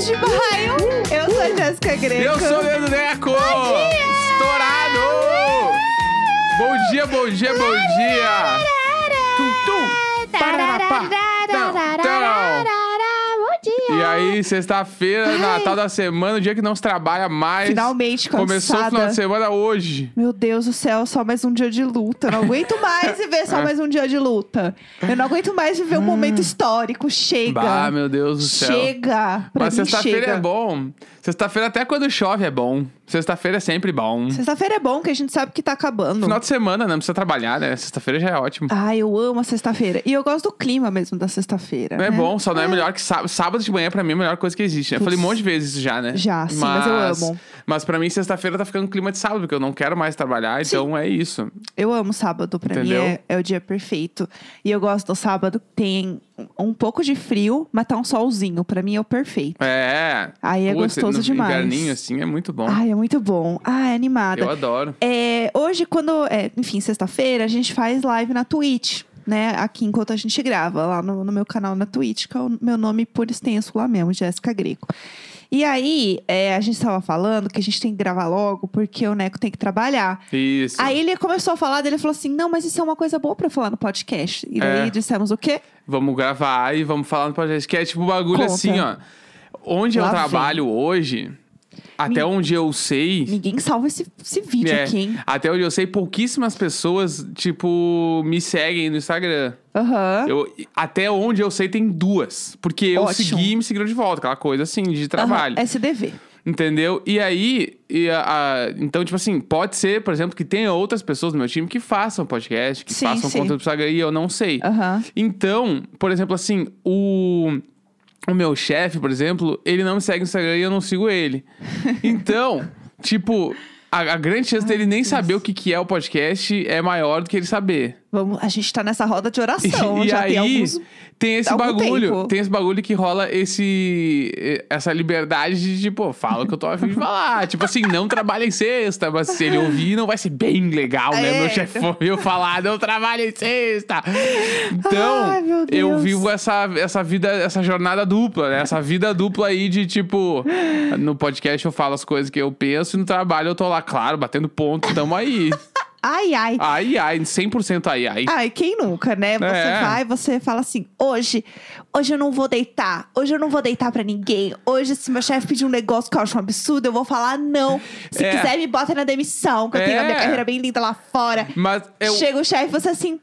de maio. Eu sou a Jéssica Greco. Eu sou o Leandro Neco. Estourado. Bom dia, bom dia, bom dia. Tum, tum. Pararapá. Não, não. E aí, sexta-feira, Natal da semana, o dia que não se trabalha mais. Finalmente, cansada. Começou o final de semana hoje. Meu Deus do céu, só mais um dia de luta. Eu não aguento mais viver só mais um dia de luta. Eu não aguento mais viver um momento histórico. Chega. Bah, meu Deus do céu. Chega. Mas sexta-feira chega. é bom. Sexta-feira, até quando chove, é bom. Sexta-feira é sempre bom. Sexta-feira é bom, que a gente sabe que tá acabando. Final de semana, não precisa trabalhar, né? Sexta-feira já é ótimo. Ah, eu amo a sexta-feira. E eu gosto do clima mesmo da sexta-feira. Não é né? bom, só não é melhor que sábado. Sábado de manhã, pra mim, é a melhor coisa que existe. Eu falei um monte de vezes isso já, né? Já, sim, mas eu amo. Mas pra mim, sexta-feira tá ficando clima de sábado, porque eu não quero mais trabalhar, então é isso. Eu amo sábado, pra Entendeu? mim é o dia perfeito. E eu gosto do sábado, tem um pouco de frio, mas tá um solzinho. Pra mim é o perfeito. É. Aí é gostoso demais. Inverninho, assim, é muito bom. Ai, é muito bom. Ai, animada. Eu adoro. Hoje, enfim, sexta-feira, a gente faz live na Twitch, né? Aqui enquanto a gente grava, lá no meu canal na Twitch, que é o meu nome por extenso lá mesmo, Jéssica Greco. E aí, a gente tava falando que a gente tem que gravar logo, porque o Neco tem que trabalhar. Isso. Aí ele começou a falar, ele falou assim, não, mas isso é uma coisa boa pra falar no podcast. E daí dissemos o quê? Vamos gravar e vamos falar no podcast, que é tipo um bagulho Conta. assim, ó. Onde Lá eu trabalho hoje, até onde eu sei... Ninguém salva esse vídeo aqui, hein? Até onde eu sei, pouquíssimas pessoas, tipo, me seguem no Instagram. Aham. Até onde eu sei, tem 2. Porque eu Ótimo. segui e me seguiram de volta. Aquela coisa, assim, de trabalho. SDV. Entendeu? E aí, então, tipo assim, pode ser, por exemplo, que tenha outras pessoas no meu time que façam podcast, que façam conteúdo pro Instagram, e eu não sei. Aham. Então, por exemplo, assim, o meu chefe, por exemplo, ele não me segue no Instagram e eu não sigo ele. Então, tipo, a grande chance dele nem saber o que é o podcast é maior do que ele saber. A gente tá nessa roda de oração. E já aí, tem esse algum bagulho. tempo. Tem esse bagulho que rola essa liberdade de, tipo, fala o que eu tô a fim de falar. Tipo assim, não trabalha em sexta, mas se ele ouvir, não vai ser bem legal, né? Meu chefe ouviu falar, não trabalha em sexta. Então, Ai, meu Deus. eu vivo essa vida, essa jornada dupla, né? Essa vida dupla aí de, tipo, no podcast eu falo as coisas que eu penso e no trabalho eu tô lá, claro, batendo ponto, tamo aí. Ai, ai. Ai, 100% ai. Ai, quem nunca, né? Você fala assim, hoje eu não vou deitar. Hoje eu não vou deitar pra ninguém. Hoje, se meu chefe pedir um negócio que eu acho um absurdo, eu vou falar não. Se quiser, me bota na demissão, que eu tenho a minha carreira bem linda lá fora. Mas Chega o chefe e você assim,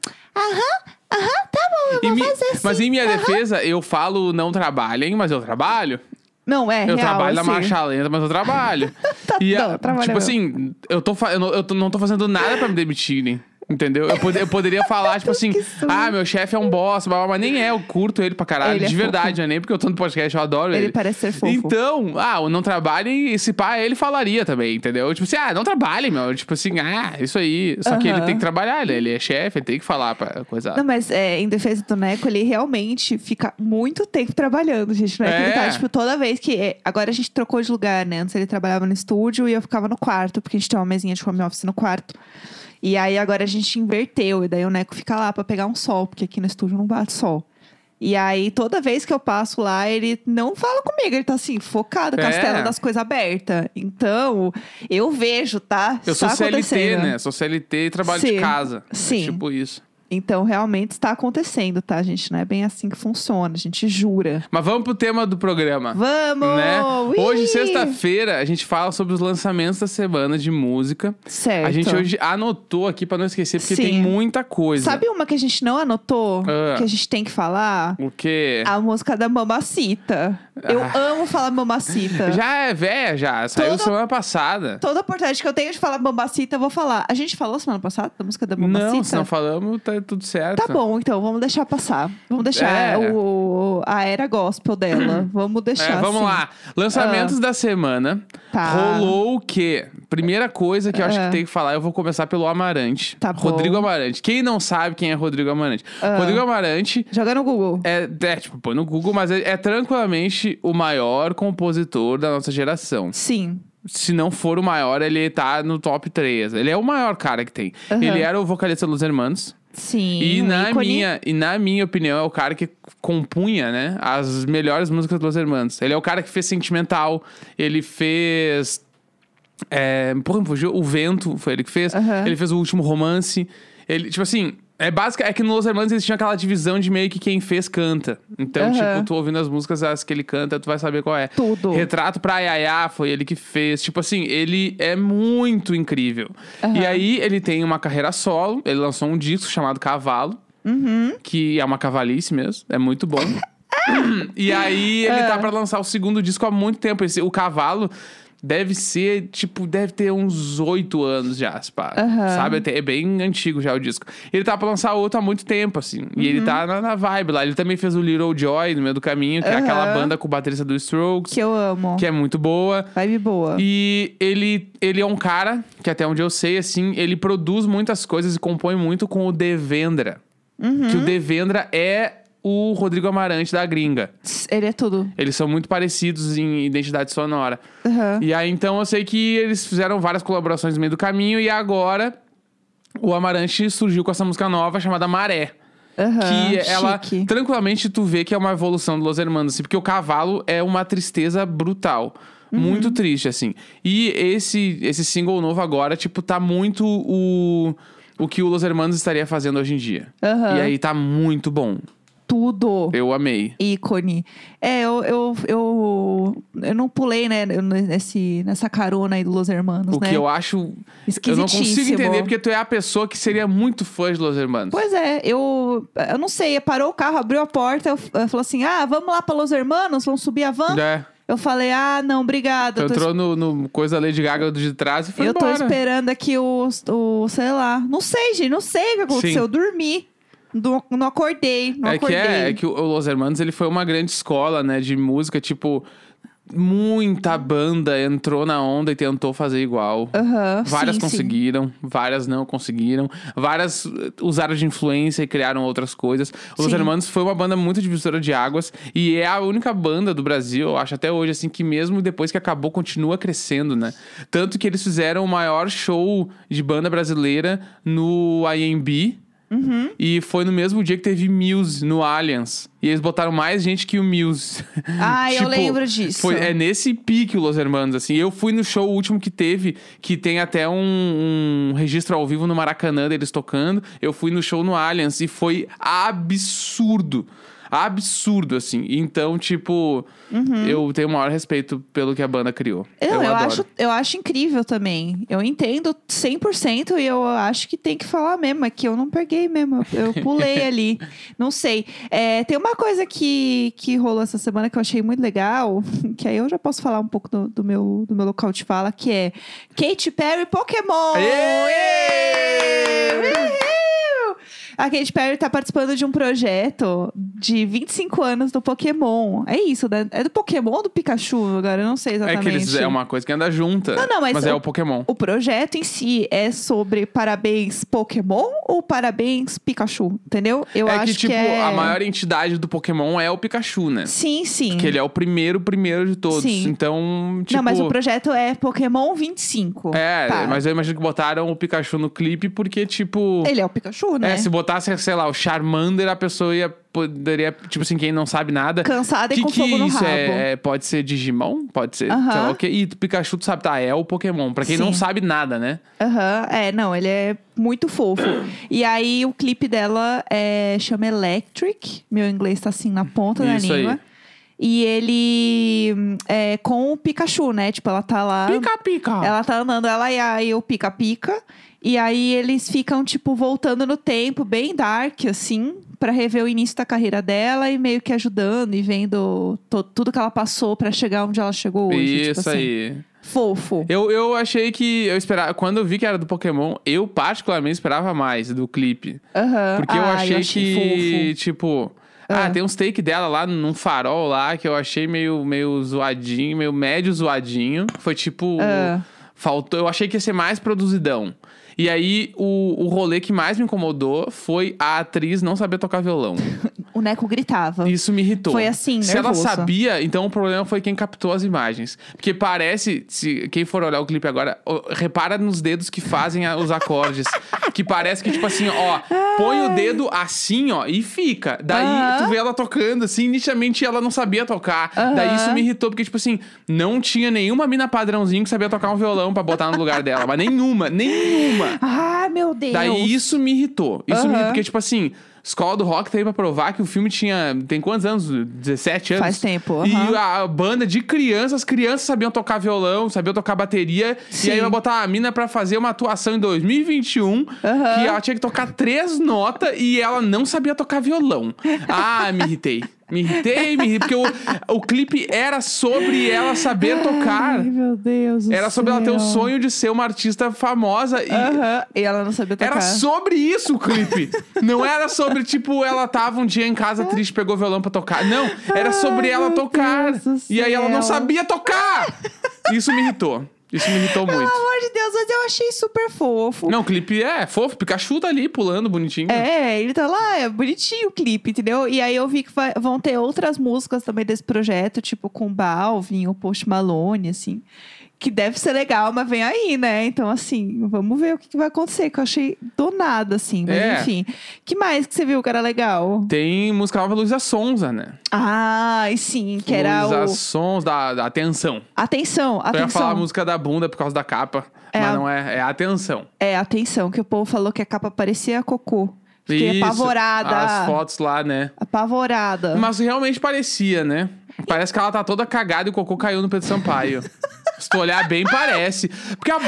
tá bom, eu vou fazer sim. Mas em minha defesa, eu falo não trabalhem, mas eu trabalho. Não, eu real, trabalho assim. na marcha lenta, mas eu trabalho. trabalha tipo assim, eu não tô fazendo nada pra me demitirem. Entendeu? Eu poderia falar, tipo assim, meu chefe é um boss, mas nem é, eu curto ele pra caralho, Ele de é verdade, fofo. não é nem porque eu tô no podcast, eu adoro ele. Ele parece ser fofo. Então, o não trabalhem, esse pá, ele falaria também, entendeu? Tipo assim, não trabalhem, meu. Tipo assim, isso aí. Só que ele tem que trabalhar, ele é chefe, ele tem que falar pra coisa. Não, mas em defesa do Neco, ele realmente fica muito tempo trabalhando, gente. Não é que ele tá, tipo, toda vez que... Agora a gente trocou de lugar, né? Antes ele trabalhava no estúdio e eu ficava no quarto, porque a gente tem uma mesinha de home office no quarto. E aí agora a gente inverteu, e daí o Neco fica lá pra pegar um sol, porque aqui no estúdio não bate sol. E aí, toda vez que eu passo lá, ele não fala comigo. Ele tá assim, focado, com as telas das coisas abertas. Então, eu vejo, tá? Eu sou CLT, né? Sou CLT e trabalho de casa. Sim. É tipo isso. Então, realmente está acontecendo, tá, gente? Não é bem assim que funciona, a gente jura. Mas vamos pro tema do programa. Vamos! Né? Ui! Hoje, sexta-feira, a gente fala sobre os lançamentos da semana de música. Certo. A gente hoje anotou aqui pra não esquecer, porque Sim. tem muita coisa. Sabe uma que a gente não anotou, que a gente tem que falar? O quê? A música da Mamacita. Eu amo falar Mamacita. Já é velha, já. Saiu semana passada. Toda oportunidade que eu tenho de falar Mamacita, eu vou falar. A gente falou semana passada da música da Mamacita? Não, se não falamos, tá tudo certo. Tá bom, então, vamos deixar passar. Vamos deixar a era gospel dela. Vamos deixar vamos assim. lá. Lançamentos da semana. Tá. Rolou o quê? Primeira coisa que eu acho que tem que falar, eu vou começar pelo Amarante. Tá bom. Rodrigo Amarante. Quem não sabe quem é Rodrigo Amarante? Rodrigo Amarante... Joga no Google. Tipo, põe no Google, mas é tranquilamente o maior compositor da nossa geração. Sim. Se não for o maior, ele tá no top 3. Ele é o maior cara que tem. Uhum. Ele era o vocalista dos Hermanos. Sim, E um ícone. na minha opinião, é o cara que compunha, né, as melhores músicas dos Los Hermanos. Ele é o cara que fez Sentimental, ele fez... porra, me fugiu. O Vento, foi ele que fez. Ele fez O Último Romance. Ele, tipo assim... É que no Los Hermanos eles tinham aquela divisão de meio que quem fez canta. Então, tipo, tu ouvindo as músicas, as que ele canta, tu vai saber qual é. Tudo. Retrato pra Yaya foi ele que fez. Tipo assim, ele é muito incrível. E aí, ele tem uma carreira solo. Ele lançou um disco chamado Cavalo. Que é uma cavalice mesmo. É muito bom. E aí, ele tá pra lançar o segundo disco há muito tempo. O Cavalo... Deve ter uns 8 anos já, sabe? É bem antigo já o disco. Ele tá pra lançar outro há muito tempo, assim. E ele tá na vibe lá. Ele também fez o Little Joy no meio do caminho, que é aquela banda com o baterista do Strokes. Que eu amo. Que é muito boa. Vibe boa. E ele é um cara que, até onde eu sei, assim, ele produz muitas coisas e compõe muito com o Devendra. Que o Devendra é o Rodrigo Amarante da gringa. Ele é tudo. Eles são muito parecidos em identidade sonora. E aí, então, eu sei que eles fizeram várias colaborações no meio do caminho. E agora, o Amarante surgiu com essa música nova chamada Maré. Que ela, tranquilamente, tu vê que é uma evolução do Los Hermanos. Assim, porque o Cavalo é uma tristeza brutal. Muito triste, assim. E esse single novo agora, tipo, tá muito o que o Los Hermanos estaria fazendo hoje em dia. E aí, tá muito bom. Tudo. Eu amei. Ícone. Eu não pulei, né, nessa carona aí do Los Hermanos, né? O que eu acho... Eu não consigo entender, porque tu é a pessoa que seria muito fã de Los Hermanos. Pois é, eu não sei, parou o carro, abriu a porta, eu falou assim, vamos lá pra Los Hermanos, vamos subir a van? Eu falei, não, obrigada. Tu entrou no coisa Lady Gaga de trás e foi embora. Eu tô esperando aqui o sei lá, não sei, gente, não sei o que aconteceu, eu dormi. Não acordei. É que o Los Hermanos, ele foi uma grande escola, né, de música, tipo... Muita banda entrou na onda e tentou fazer igual. Várias conseguiram, várias não conseguiram. Várias usaram de influência e criaram outras coisas. Los Hermanos foi uma banda muito divisora de águas. E é a única banda do Brasil, eu acho até hoje, assim, que mesmo depois que acabou, continua crescendo, né? Tanto que eles fizeram o maior show de banda brasileira no IMB. E foi no mesmo dia que teve Muse no Allianz. E eles botaram mais gente que o Muse. Eu lembro disso. É nesse pique o Los Hermanos, assim. Eu fui no show último que teve, que tem até um registro ao vivo no Maracanã deles tocando. Eu fui no show no Allianz e foi absurdo. Absurdo, assim. Então, tipo, eu tenho o maior respeito pelo que a banda criou. Eu acho incrível também. Eu entendo 100% e eu acho que tem que falar mesmo. É que eu não peguei mesmo. Eu pulei ali. Não sei. Tem uma coisa que rolou essa semana que eu achei muito legal, que aí eu já posso falar um pouco do meu local de fala, que é Katy Perry Pokémon! A Katy Perry tá participando de um projeto de 25 anos do Pokémon. É isso, né? É do Pokémon ou do Pikachu? Agora eu não sei exatamente. É uma coisa que anda junta. Mas é o Pokémon. O projeto em si é sobre parabéns Pokémon ou parabéns Pikachu? Entendeu? Eu acho que a maior entidade do Pokémon é o Pikachu, né? Sim. Porque ele é o primeiro de todos. Sim. Então, tipo... Não, mas o projeto é Pokémon 25. Mas eu imagino que botaram o Pikachu no clipe porque, tipo... Ele é o Pikachu, né? Se botasse, sei lá, o Charmander, a pessoa poderia, tipo assim, quem não sabe nada... Cansada e com fogo no rabo. Pode ser Digimon? Pode ser, sei lá o quê. E Pikachu, tu sabe, é o Pokémon. Pra quem não sabe nada, né? Não, ele é muito fofo. E aí, o clipe dela chama Electric. Meu inglês tá assim, na ponta da língua. Aí. E ele com o Pikachu, né? Tipo, ela tá lá... Pica! Ela tá andando, ela e o Pica-Pica. E aí, eles ficam, tipo, voltando no tempo, bem dark, assim, pra rever o início da carreira dela e meio que ajudando e vendo tudo que ela passou pra chegar onde ela chegou hoje. Isso tipo assim. aí. Fofo. Eu achei que... Eu esperava... Quando eu vi que era do Pokémon, eu particularmente esperava mais do clipe. Porque eu achei que, fofo. Tipo... tem uns take dela lá num farol lá que eu achei meio zoadinho, meio médio zoadinho. Foi tipo... Faltou... Eu achei que ia ser mais produzidão. E aí, o rolê que mais me incomodou foi a atriz não saber tocar violão. O Neco gritava. Isso me irritou. Foi assim, Se nervoso. ela sabia, então o problema foi quem captou as imagens. Porque parece, se quem for olhar o clipe agora, repara nos dedos que fazem os acordes. Que parece que, tipo assim, ó, põe o dedo assim, ó, e fica. Daí tu vê ela tocando, assim, nitidamente ela não sabia tocar. Daí isso me irritou, porque, tipo assim, não tinha nenhuma mina padrãozinho que sabia tocar um violão pra botar no lugar dela. Mas nenhuma. Ah, meu Deus. Daí isso me irritou. Porque, tipo assim, Escola do Rock tá aí pra provar que o filme tem quantos anos? 17 anos? Faz tempo. E a banda de crianças sabiam tocar violão, sabiam tocar bateria. Sim. E aí vai botar a mina pra fazer uma atuação em 2021, que ela tinha que tocar 3 notas e ela não sabia tocar violão. Ah, me irritei, porque o clipe era sobre ela saber tocar. Ai, meu Deus do Era sobre ela ter o céu. sonho de ser uma artista famosa. E ela não sabia tocar. Era sobre isso o clipe. Não era sobre, tipo, ela tava um dia em casa triste, pegou violão pra tocar. Não, era sobre ela tocar. Deus do E aí ela não céu. sabia tocar. Isso me irritou muito. Pelo amor de Deus, mas eu achei super fofo. Não, o clipe é fofo. Pikachu tá ali pulando bonitinho. É, ele tá lá, é bonitinho o clipe, entendeu? E aí eu vi que vão ter outras músicas também desse projeto, tipo com Balvin, o Post Malone, assim. Que deve ser legal, mas vem aí, né? Então, assim, vamos ver o que vai acontecer, que eu achei do nada, assim. Mas enfim. Que mais que você viu que era legal? Tem música nova Luísa Sonza, né? Ah, e sim, que era Luísa Sonza da Atenção. Atenção. Eu ia falar a música da bunda por causa da capa, mas não é. É Atenção. É, Atenção, que o povo falou que a capa parecia cocô. Fiquei Isso, apavorada. as fotos lá, né? Apavorada. Mas realmente parecia, né? Parece que ela tá toda cagada e o cocô caiu no Pedro Sampaio. Se tu olhar bem, parece. Porque a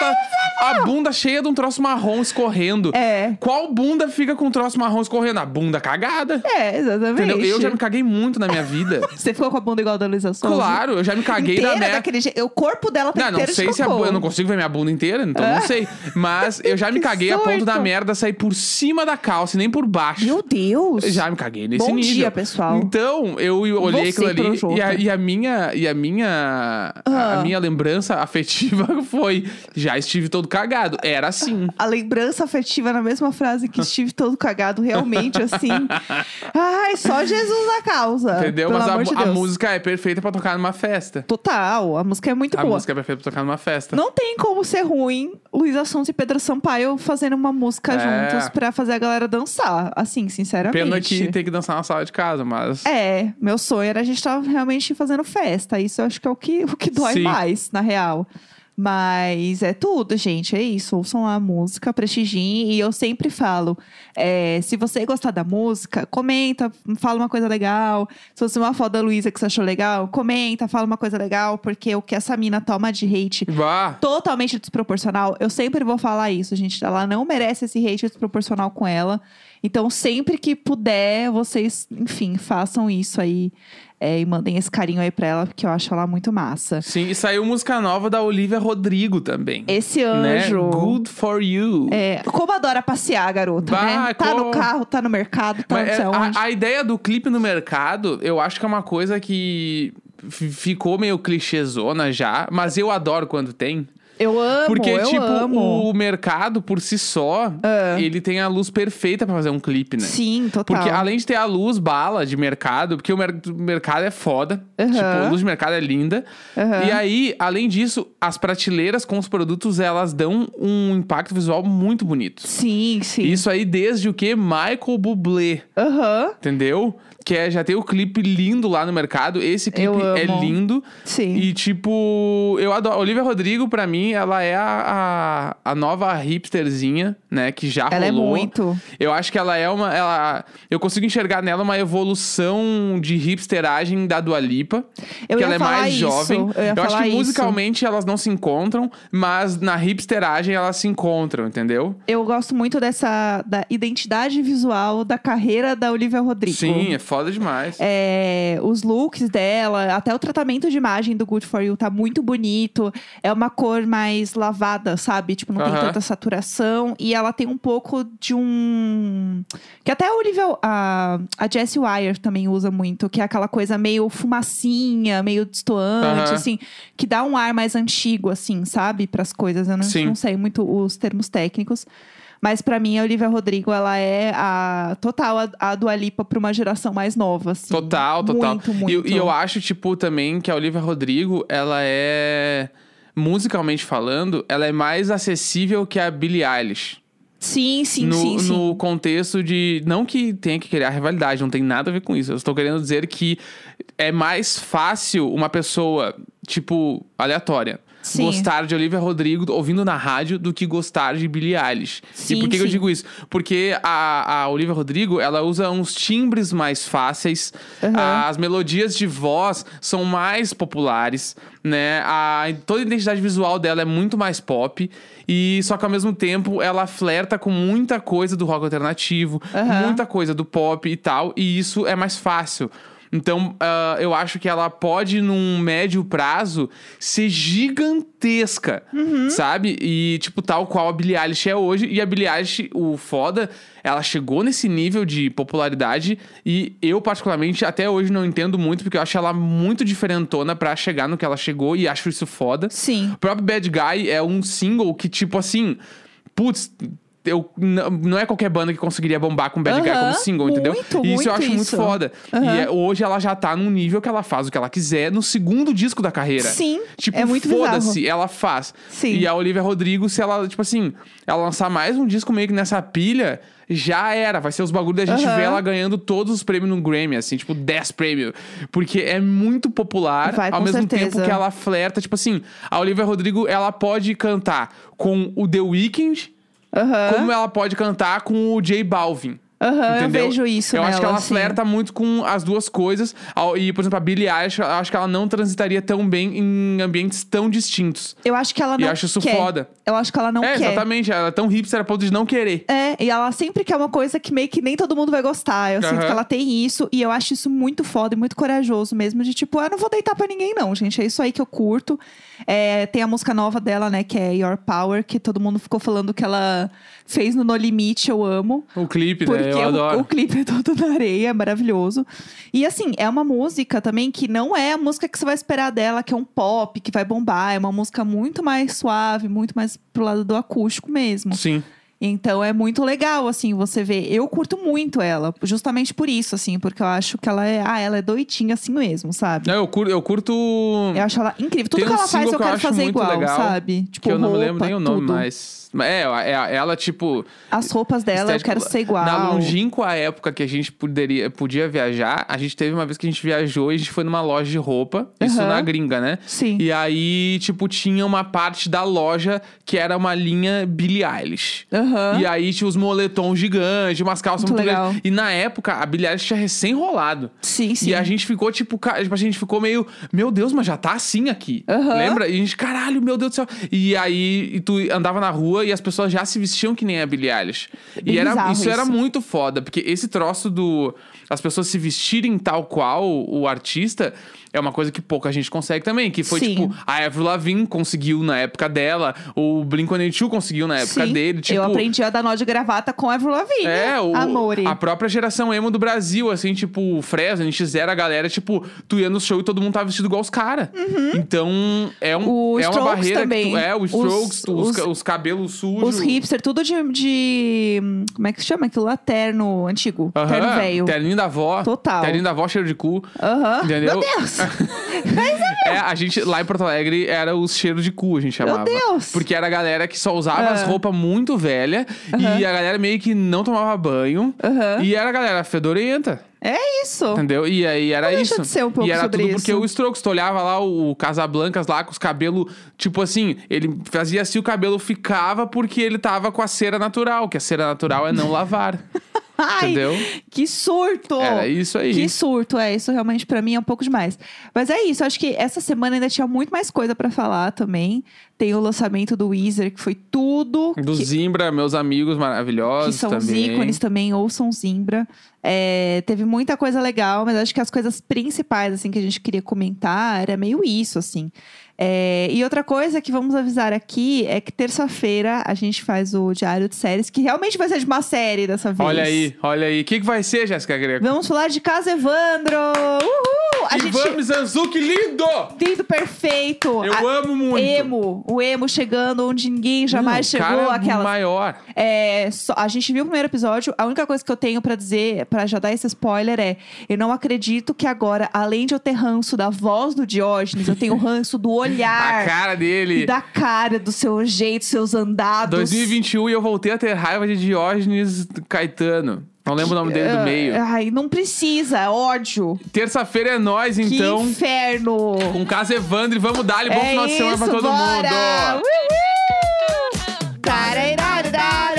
bunda cheia de um troço marrom escorrendo. É. Qual bunda fica com um troço marrom escorrendo? A bunda cagada. É, exatamente. Entendeu? Eu já me caguei muito na minha vida. Você ficou com a bunda igual a da Luísa Sonza? Claro, eu já me caguei inteira na merda. daquele jeito. O corpo dela tá Não inteiro sei de se cocô. eu não consigo ver minha bunda inteira, então não sei. Mas eu já me Que caguei a ponto da surto. merda sair por cima da calça e nem por baixo. Meu Deus. Eu já me caguei nesse Bom nível. dia, pessoal. Então, eu olhei Você, aquilo ali Projota. e a minha lembrança afetiva foi: já estive todo cagado. Era assim. A lembrança afetiva na mesma frase que estive todo cagado, realmente, assim. Ai, só Jesus na causa. Entendeu? Pelo Mas amor de a Deus. música é perfeita pra tocar numa festa. Total, a música é muito A boa. música é perfeita pra tocar numa festa. Não tem como ser ruim Luísa Sonza e Pedro Sampaio fazendo uma música juntos pra fazer a galera dançar. Assim, sinceramente. Pena que tem que dançar na sala de casa, mas... É, meu sonho era a gente estar realmente fazendo festa. Isso eu acho que é o que dói Sim. mais, na real. Mas é tudo, gente. É isso. Ouçam lá a música, prestigiem. E eu sempre falo, se você gostar da música, comenta, fala uma coisa legal. Se você uma foto da Luísa que você achou legal, comenta, fala uma coisa legal. Porque o que essa mina toma de hate Vá. totalmente desproporcional, eu sempre vou falar isso, gente. Ela não merece esse hate desproporcional com ela. Então, sempre que puder, vocês, enfim, façam isso aí. E mandem esse carinho aí pra ela, porque eu acho ela muito massa. Sim, e saiu música nova da Olivia Rodrigo também. Esse anjo. Né? Good for you. Como adora passear, garota, Bah, né? Tá no carro, tá no mercado, tá não sei onde. A ideia do clipe no mercado, eu acho que é uma coisa que ficou meio clichêzona já, mas eu adoro quando tem. Eu amo, Porque, eu amo. o mercado por si só, ele tem a luz perfeita pra fazer um clipe, né? Sim, total. Porque além de ter a luz bala de mercado, porque o mercado é foda. Tipo, a luz de mercado é linda. E aí, além disso, as prateleiras com os produtos, elas dão um impacto visual muito bonito. Sim, sim. Isso aí desde o que? Michael Bublé. Entendeu? Que já tem o clipe lindo lá no mercado. Esse clipe é lindo. Sim. E tipo, eu adoro. Olivia Rodrigo, pra mim, ela é a nova hipsterzinha, né? Que já rolou. Ela é muito. Eu acho que ela é eu consigo enxergar nela uma evolução de hipsteragem da Dua Lipa. Eu que ia ela é falar mais isso, jovem. eu acho que isso. musicalmente elas não se encontram, mas na hipsteragem elas se encontram, entendeu? Eu gosto muito da identidade visual da carreira da Olivia Rodrigo. Sim, é foda. foda demais. Os looks dela, até o tratamento de imagem do Good For You tá muito bonito. É uma cor mais lavada, sabe? Tipo, não tem tanta saturação. E ela tem um pouco de que até a Olivia, a Jessie Wire também usa muito. Que é aquela coisa meio fumacinha, meio destoante, assim. Que dá um ar mais antigo, assim, sabe? Pras coisas. Eu não sei muito os termos técnicos. Mas pra mim, a Olivia Rodrigo, ela é a Dua Lipa pra uma geração mais nova, assim. Total. Muito. E eu acho, tipo, também que a Olivia Rodrigo, ela é... musicalmente falando, ela é mais acessível que a Billie Eilish. Sim. No contexto de... Não que tenha que criar rivalidade, não tem nada a ver com isso. Eu estou querendo dizer que é mais fácil uma pessoa, tipo, aleatória... gostar de Olivia Rodrigo ouvindo na rádio do que gostar de Billie Eilish. E por que eu digo isso? Porque a Olivia Rodrigo, ela usa uns timbres mais fáceis, as melodias de voz são mais populares, né? Toda a identidade visual dela é muito mais pop. E só que ao mesmo tempo ela flerta com muita coisa do rock alternativo, muita coisa do pop e tal. E isso é mais fácil. Então, eu acho que ela pode, num médio prazo, ser gigantesca, sabe? E, tipo, tal qual a Billie Eilish é hoje. E a Billie Eilish, o foda, ela chegou nesse nível de popularidade. E eu, particularmente, até hoje não entendo muito, porque eu acho ela muito diferentona pra chegar no que ela chegou. E acho isso foda. Sim. O próprio Bad Guy é um single que, tipo assim... Putz... não é qualquer banda que conseguiria bombar com Bad Guy como single, entendeu? E isso eu acho muito foda. E hoje ela já tá num nível que ela faz o que ela quiser no segundo disco da carreira. Sim, tipo, é muito foda-se, ela faz. Sim. E a Olivia Rodrigo, se ela, tipo assim, ela lançar mais um disco meio que nessa pilha, já era. Vai ser os bagulhos da gente ver ela ganhando todos os prêmios no Grammy, assim, tipo, 10 prêmios. Porque é muito popular, ao mesmo tempo que ela flerta. Tipo assim, a Olivia Rodrigo, ela pode cantar com o The Weeknd, como ela pode cantar com o J Balvin. Eu vejo isso Eu acho que ela assim. flerta muito com as duas coisas. E, por exemplo, a Billie Eilish, eu acho que ela não transitaria tão bem em ambientes tão distintos. Eu acho que ela não quer. E acho isso foda. Eu acho que ela não quer. Exatamente. Ela é tão hipster a ponto de não querer. E ela sempre quer uma coisa que meio que nem todo mundo vai gostar. Eu sinto que ela tem isso. E eu acho isso muito foda e muito corajoso mesmo. De tipo, eu não vou deitar pra ninguém não, gente. É isso aí que eu curto. Tem a música nova dela, né? Que é Your Power. Que todo mundo ficou falando que ela fez no No Limite. Eu amo. O clipe, né? Eu adoro. O clipe é todo na areia. É maravilhoso. E assim, é uma música também que não é a música que você vai esperar dela. Que é um pop, que vai bombar. É uma música muito mais suave. Muito mais pro lado do acústico mesmo. Sim. Então é muito legal, assim, você vê. Eu curto muito ela, justamente por isso, assim, porque eu acho que ela é doidinha assim mesmo, sabe? Eu curto. Eu acho ela incrível. Tudo que ela faz eu quero fazer igual, legal, sabe? Tipo, que eu não roupa, me lembro nem o nome, tudo. mas. Ela, tipo... As roupas dela estética, eu quero ser igual. Na longínqua época que a gente podia viajar, a gente teve uma vez que a gente viajou e a gente foi numa loja de roupa. Isso na gringa, né? Sim. E aí, tipo, tinha uma parte da loja que era uma linha Billie Eilish. E aí tinha os moletons gigantes, umas calças muito grandes. E na época, a Billie Eilish tinha recém-rolado. Sim. E a gente ficou, tipo, a gente ficou meio... Meu Deus, mas já tá assim aqui. Lembra? E a gente, caralho, meu Deus do céu. E aí, tu andava na rua e as pessoas já se vestiam que nem a Billie Eilish. E isso era muito foda, porque esse troço as pessoas se vestirem tal qual o artista é uma coisa que pouca gente consegue também. Que foi, tipo, a Avril Lavigne conseguiu na época dela, o Blink-182 conseguiu na época dele. Tipo, eu aprendi a dar nó de gravata com a Avril Lavigne. Amore. A própria geração emo do Brasil, assim, tipo, o Fresno, NX0, a galera, tipo, tu ia no show e todo mundo tava vestido igual os caras. Então, é uma barreira também. Os Strokes, os cabelos sujos. Os hipster, tudo de como é que se chama? Aquilo lá, terno antigo. Terno velho. Terninho da avó. Total. Terninho da avó, cheiro de cu. Entendeu? Meu Deus! A gente, lá em Porto Alegre, era os cheiros de cu, a gente chamava. Meu Deus! Porque era a galera que só usava as roupas muito velhas. E a galera meio que não tomava banho. E era a galera fedorenta. É isso. Entendeu? E aí era não isso. Deixa de ser um pouco e era sobre tudo isso. porque o Strokes, tu olhava lá o Casablancas lá com os cabelos, tipo assim, ele fazia assim, o cabelo ficava porque ele tava com a cera natural, que a cera natural é não lavar. Ai, entendeu? Que surto! Era isso aí. Que surto, isso realmente pra mim é um pouco demais. Mas é isso, acho que essa semana ainda tinha muito mais coisa pra falar também. Tem o lançamento do Weezer, que foi tudo. Do Zimbra, meus amigos maravilhosos que são também. os ícones também, ouçam Zimbra. Teve muita coisa legal, mas acho que as coisas principais, assim, que a gente queria comentar era meio isso, assim. E outra coisa que vamos avisar aqui é que terça-feira a gente faz o Diário de Séries, que realmente vai ser de uma série dessa vez. Olha aí. O que vai ser, Jéssica Greco? Vamos falar de Casa Evandro! Uhul! Ivan Mizanzuki, lindo! Lindo, perfeito! Eu amo muito. O emo chegando onde ninguém jamais chegou. Cara maior. A gente viu o primeiro episódio. A única coisa que eu tenho pra dizer, pra já dar esse spoiler, eu não acredito que agora, além de eu ter ranço da voz do Diógenes, eu tenho ranço do olhar. A cara dele. E da cara, do seu jeito, seus andados. 2021 e eu voltei a ter raiva de Diógenes Caetano. Não lembro o nome dele do meio. Ai, não precisa, é ódio. Terça-feira é nós, então. Que inferno. Com Casa Evandro e vamos dar bom final de semana pra todo mundo. Uhul!